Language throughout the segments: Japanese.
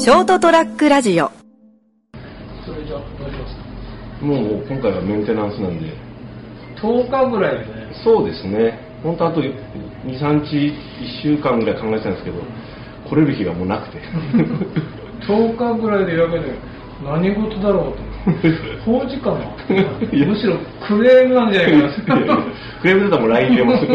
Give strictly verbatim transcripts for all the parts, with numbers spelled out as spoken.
ショートトラックラジオ。 それじゃあどうしますか。 もう今回はメンテナンスなんでとおかぐらいでね。 そうですね、本当あとに、さんにち、いっしゅうかんぐらい考えてたんですけど、来れる日がもうなくてとおかぐらいでやめて何事だろうと思って法事かなむしろクレームなんじゃないかなクレームだったらもう ライン 入れます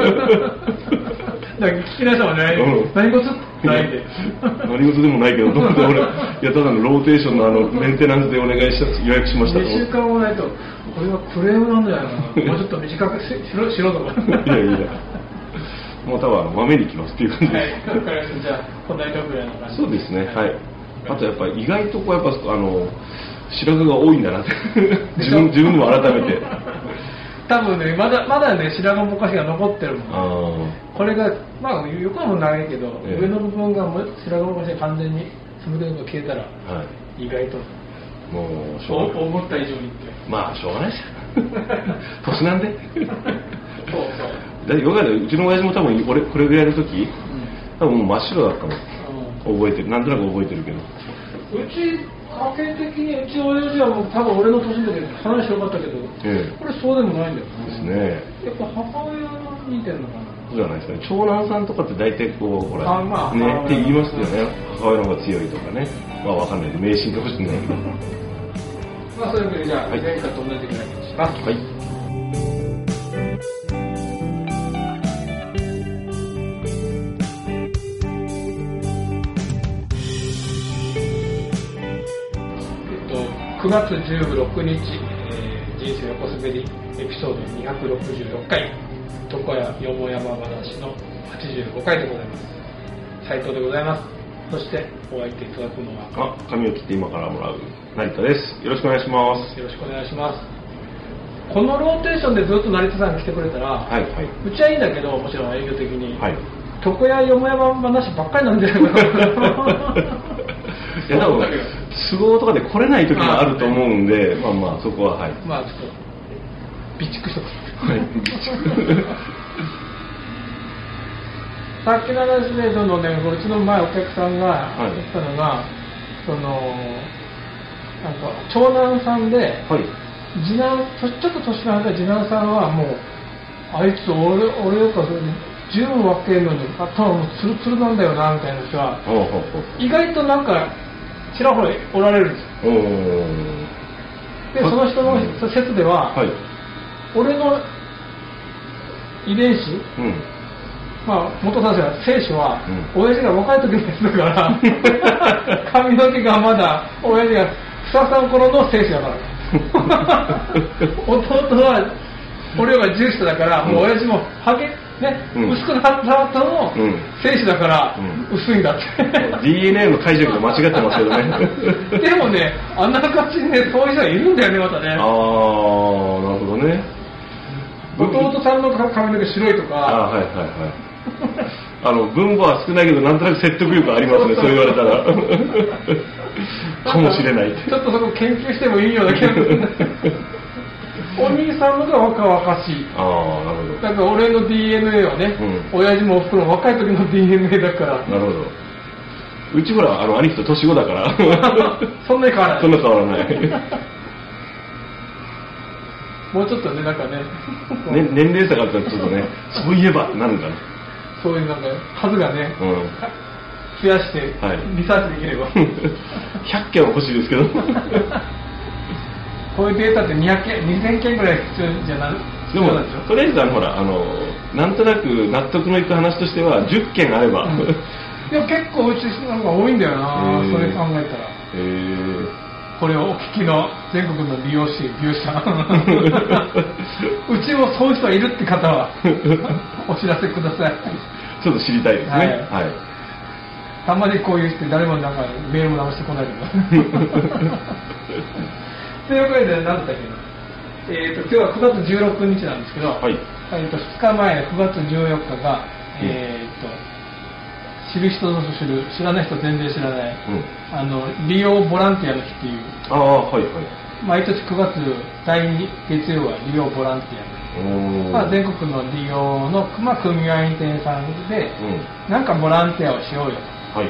だから聞き出したもんね、うん、何事ラインで何事でもないけど、どうも俺いやただのローテーションのあのメンテナンスでお願いした予約しましたと。 にしゅうかんもないとこれはクレームなんじゃないかなもうちょっと短くしろしろとかいやいやもう多分あの豆に来ますっていう感じです。 はい、分かりました。じゃあこんなぐらいの感じ。 そうですね。はい。あとやっぱり意外とこうやっぱあの白髪が多いんだなって自分自分でも改めて。 多分ねまだまだね白髪ぼかしが残ってるもん。あこれがまあ横はも長いけど、えー、上の部分が白髪ぼかしが完全につぶれるのが消えたら、はい、意外ともうしょう思った以上にってまあしょうがないです年なんで。 そうそう。 だってよかったうちの親父も多分俺これぐらいの時、うん、多分もう真っ白だったの、うん、覚えてるなんとなく覚えてるけどうち家系的にうちの親父はもう多分俺の年だけど話よかったけど、ええ、これそうでもないんだよですね。 やっぱ母親に似てるのかな。 そうじゃないですかね。長男さんとかって大体こうほらあ、まあ、 ねって言いますよね。母親の方が強いとかね。まあわかんない迷信かもしれないけどまあそういうわけでじゃあ、はい、前回と同じぐらいにします。 はい。 くがつじゅうろくにち、えー、人生横滑りエピソードにひゃくろくじゅうよっかい床屋よもやま話のはちじゅうごかいでございます。斉藤でございます。そしてお相手いただくのはあ髪を切って今からもらう成田です。よろしくお願いします。 よろしくお願いします。このローテーションでずっと成田さんが来てくれたら、はいはい、うちはいいんだけどもちろん営業的に、はい、床屋よもやま話ばっかりなんじゃないかないや多分都合とかで来れない時もあると思うんで、まあまあそこははい。 まあちょっと備蓄しとく。はい。さっきの話でどんどんね、うちの前お客さんが言ったのが、はい、そのなんか長男さんで、はい、次男ちょっと年の離れた次男さんはもうあいつ俺俺よかそれにじゅう分分けるのに頭もツルツルなんだよなみたいな人は意外となんかちらほらおられるんですよ。でその人の説では、はい、俺の遺伝子、うん、まあ元先生は精子は、うん、親父が若い時のやつだから髪の毛がまだ親父がふさふさの頃の精子だから弟は俺がジュースだから、うん、もう親父もハゲね、うん、薄くなった後の精子だから薄いんだって、うん、 ディーエヌエー の解釈が間違ってますけどねでもねあんな感じにねそういう人がいるんだよねまたね。 ああなるほどね。 弟さんの髪の毛白いとかあはいはいはいあの分母は少ないけどなんとなく説得力ありますねそう言われたらかもしれないちょっとそこ研究してもいいような気がするお兄さんのが若々しい。ああなるほど。だから俺の ディーエヌエー はね、うん、親父もおふくろも若い時の ディーエヌエー だから。 なるほど。うちほらあの兄貴と年子だからそんなに変わらない。 そんな変わらないもうちょっとねなんかねね年齢差があったらちょっとねそういえばなるかな。 そういうなんか数がね、うん、増やして、はい、リサーチできればひゃっけんは欲しいですけどこういうデータってにひゃくけん、にせんけんぐらい必要じゃないでもとりあえずあのほらあのなんとなく納得のいく話としてはじゅっけんあれば、うん、いや結構うちなんか多いんだよなそれ考えたら。へーこれをお聞きの全国の美容師美容師さんうちもそういう人がいるって方はお知らせください。 ちょっと知りたいですね。はい、はい、 たまにこういう人誰もなんかメールも直してこないとかというわけで何だったっけな、えー、と今日はくがつじゅうろくにちなんですけど、はいえー、とふつかまえくがつじゅうよっかが、うんえー、と知る人ぞ知る知らない人全然知らない、うん、あの利用ボランティアの日っていうあ、はいはい、 毎年くがつだいに月曜は利用ボランティア、まあ、全国の利用の、まあ、組合員店さんで、うん、なんかボランティアをしようよと、はい、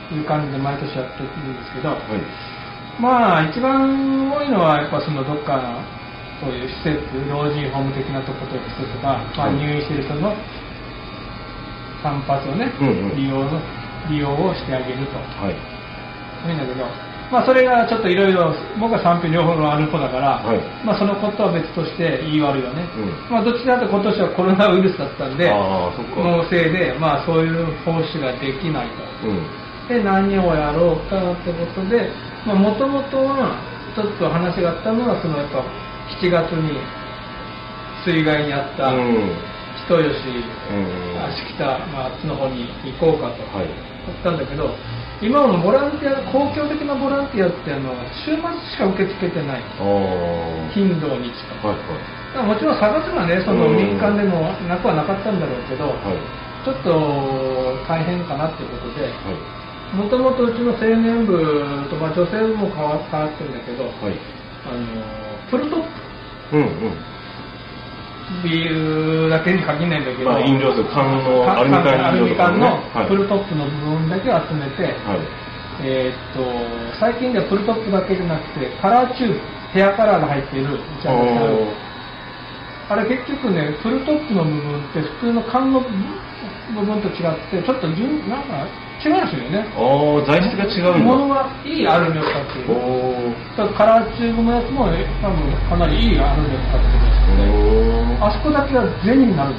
いう感じで毎年やってるんですけど、はい、まあ一番多いのはやっぱそのどっかのそういう施設、老人ホーム的なところと施設とか、まあ、入院してる人の散髪をね、うんうん、利用の利用をしてあげると、はい、いいんだけど、まあそれがちょっといろいろ僕は賛否両方ある子だから、はい、まあそのことは別として言い悪いよね、うん、まあどっちかというと今年はコロナウイルスだったんで、のせいでまあそういう奉仕ができないと、うん、で何をやろうかってことで、もともとはちょっと話があったのはそのやっぱしちがつに水害にあった人吉、芦北、まあ、あっちの方に行こうかと言ったんだけど、今のボランティア、公共的なボランティアっていうのは週末しか受け付けてない、金土日か、はいはい、もちろん探せばね、その民間でもなくはなかったんだろうけど、はい、ちょっと大変かなっていうことで、もともとうちの青年部と、まあ、女性部も変わってるんだけど、はい、あのプルトップ、うんうん、ビールだけに限らないんだけど、 まあ、飲料水、缶のアルミ缶、 アルミ缶のプルトップの部分だけを集めて、はい、えー、っと最近ではプルトップだけじゃなくてカラーチューブ、ヘアカラーが入っているジャケット、あれ結局ね、プルトップの部分って普通の缶の部分と違ってちょっと順なんか違うんですよね。 ああ、材質が違うんだ。 ものがいいアルミを使っている。おカラーチューブのやつも多分かなりいいアルミを使っている。あそこだけは銭になるんです。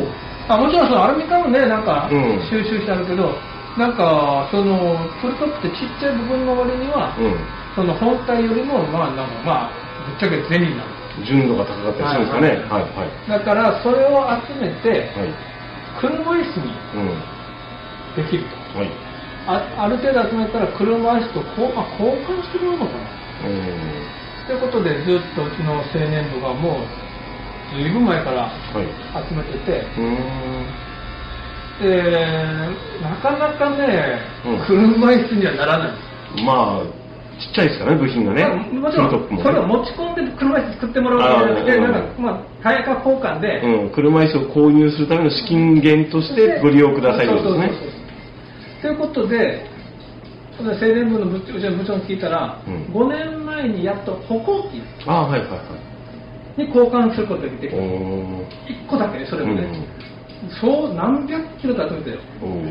あ、もちろんそのアルミ缶もね、なんか収集してあるけど、うん、なんかそのプルトップってちっちゃい部分の割には、うん、その本体よりもまあなんかまあぶっちゃけ銭になる。 純度が高かったりするんですかね。はいはい。 だからそれを集めて、はい、車椅子にできると。はい、あ, ある程度集めたら車椅子と交,、まあ、交換してもらうのかな、ということでずっとうちの青年部がもうずいぶん前から集めてて、はい、でなかなかね、うん、車椅子にはならない。 まあちっちゃいですからね、部品がね。 もちろん、ね、それを持ち込んで車椅子作ってもらうわけじゃなくて、なんか、まあ、タイヤ交換で、 うん、車椅子を購入するための資金源としてご利用くださいということですね。 ということで、青年部の部長うちの部長に聞いたら、うん、ごねんまえにやっと歩行器に交換することができた。いっこだけね、それもね、うん、そう何百キロと集めたよ。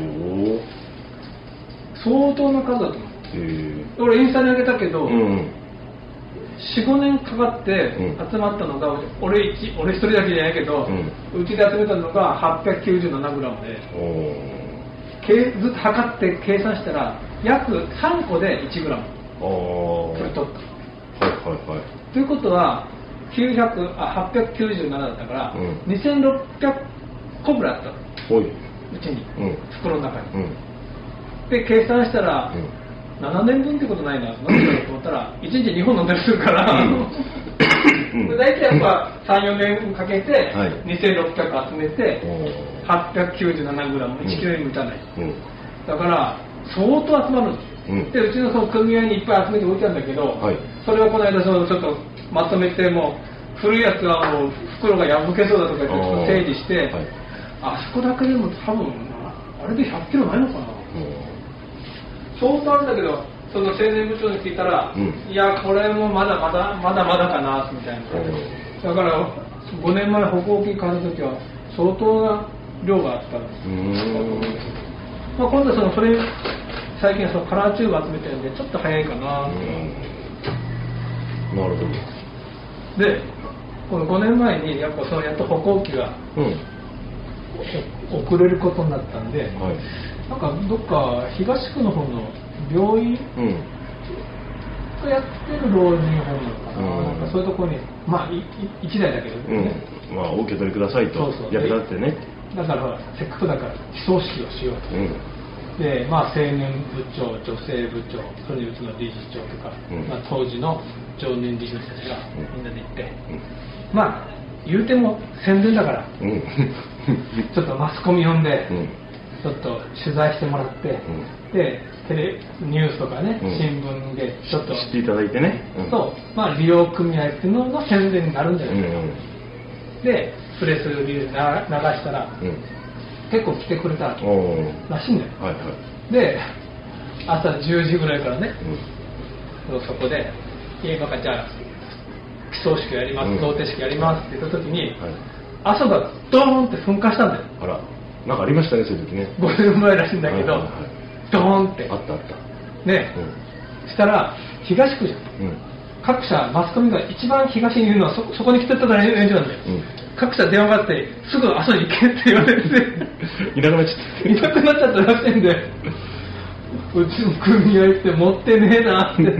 相当な数だと思う。俺インスタに上げたけど、うん、よん、ごねんかかって集まったのが、うん、俺一俺一人だけじゃないけど、うち、ん、で集めたのがはっぴゃくきゅうじゅうななグラムで。ずっと測って計算したら約さんこでいちグラムプルトップ、はいはいはい、ということはきゅうひゃくあはっぴゃくきゅうじゅうななだったから、うん、にせんろっぴゃっこぐらいあったの、うちに、うん、袋の中に、うん、で計算したら、うん、ななねんぶんってことないな、何だろうと思ったらいちにちにほん飲んだりするから、うん、大体やっぱさん、よねんかけてにせんろっぴゃく集めて、はっぴゃくきゅうじゅうななグラム、いちキロに満たない、うん、だから相当集まるんです、うん、でうちのその組合にいっぱい集めて置いてあるんだけど、はい、それをこの間そのちょっとまとめてもう古いやつはもう袋が破けそうだとか言ってちょっと整理して、はい、あそこだけでも多分あれでひゃっキロないのかな、うん、相当あるんだけどその青年部長に聞いたら、うん、いやこれもまだまだまだまだかなみたいな、だからごねんまえ歩行器買った時は相当な量があったんです。うーん、まあ、今度はそのそれ最近はそのカラーチューブ集めてるんでちょっと早いかなと。なるほど。 でこのごねんまえにやっぱそのやっと歩行器が、うん、遅れることになったんで、はい、なんかどっか東区の方の病院、うん、がやってる老人ホームかな、うん、なんかそういうところにまあいいちだいだけどね、 うん、まあお受け取りくださいと、そうそう役立ってね。 だからせっかくだから葬式をしようと、うん、でまあ青年部長、女性部長、それにうちの理事長とか、うん、まあ、当時の常任理事の人たちがみんなで行って、うん、まあ言うても宣伝だから、うん、ちょっとマスコミ呼んで、うん、ちょっと取材してもらって、うん、でテレニュースとかね、うん、新聞でちょっと知っていただいてね、 うん、そう、まあ利用組合っていうのの宣伝になるんじゃないかと、うんうん、でプレスリリース流したら、うん、結構来てくれたらしいんだよ、はいはい、で朝じゅうじぐらいからね、うん、そこで今からじゃあ基礎式やります、贈呈式やりますって言った時に、はい、阿蘇がドーンって噴火したんだよ。 あら、なんかありましたね、そういう時ね。 ごねんまえらしいんだけど、はいはいはい、ドーンってあったあったね、うん、したら東区じゃん、うん、各社マスコミが一番東にいるのは そ, そこに来てたら演じなんだよ、うん、各社電話があってすぐ阿蘇に行けって言われていなくなっちゃったいなくなっちゃったらしいんで、うちの組合って持ってねえなって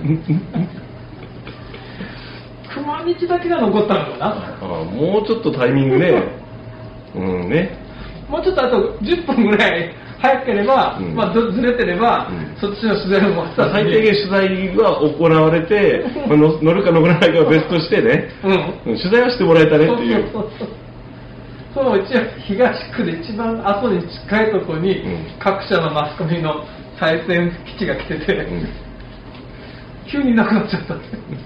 熊道だけが残ったのかな。 ああ、もうちょっとタイミングねうんね、 もうちょっとあとじゅっぷんぐらい早ければ、うん、まあ、ずれてれば、うん、そっちの取材もあった、 最低限取材は行われてまあ、乗るか乗らないかは別としてね、うん、取材はしてもらえたねっていう。 そうそうそうそう、うちは東区で一番阿蘇に近いところに、うん、各社のマスコミの最先基地が来てて、うん、急になくなっちゃったって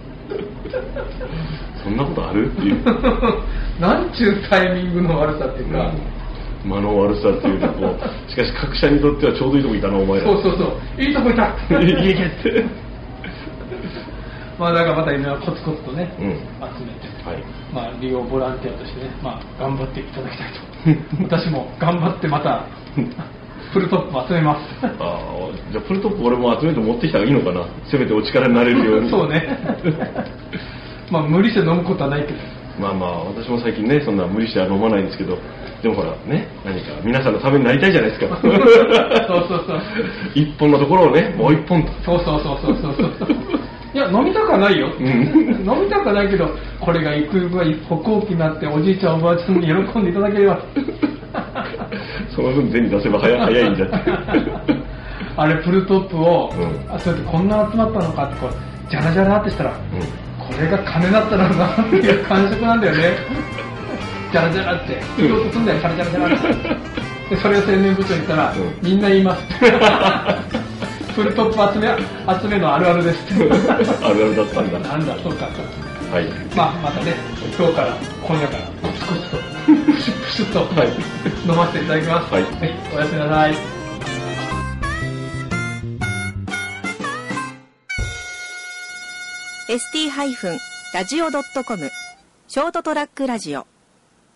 そんなことあるっていうなんちゅうタイミングの悪さっていうか、 うん、間の悪さっていうかこうしかし各社にとってはちょうどいいとこいたなお前ら。 そうそうそういいとこいたいいけってまあだからまた今コツコツとね、うん、集めて、はい、まあ利用ボランティアとしてね、まあ頑張っていただきたいと私も頑張ってまたフルトップも集めますああ、じゃあフルトップ俺も集めて持ってきたらいいのかな、せめてお力になれるようにそうねまあ無理して飲むことはないけど、 まあまあ私も最近ねそんな無理しては飲まないんですけど、でもほらね、何か皆さんのためになりたいじゃないですかそうそうそう一本のところをねもう一本と、 そうそうそうそうそうそういや飲みたくはないよ、うん、飲みたくはないけどこれが行くが歩行器になっておじいちゃんおばあちゃんに喜んでいただければその分銭出せば早早いんだってあれプルトップを、うん、あそうやってこんな集まったのかってこうジャラジャラってしたら、うん、これが金だったらなっていう感触なんだよねジャラジャラって言おうとすんだよ、ジャラジャラジャラってでそれを青年部長に言ったら、うん、みんな言いますプルトップ集め集めのあるあるですあるあるだったんだなんだそうか、 はい、 まあまたね今日から今夜からコツコツとプシュップシュッと、はい、飲ませていただきます、はい、はい、おやすみなさい。 エスティー ラジオ ドットコム ショートトラックラジオ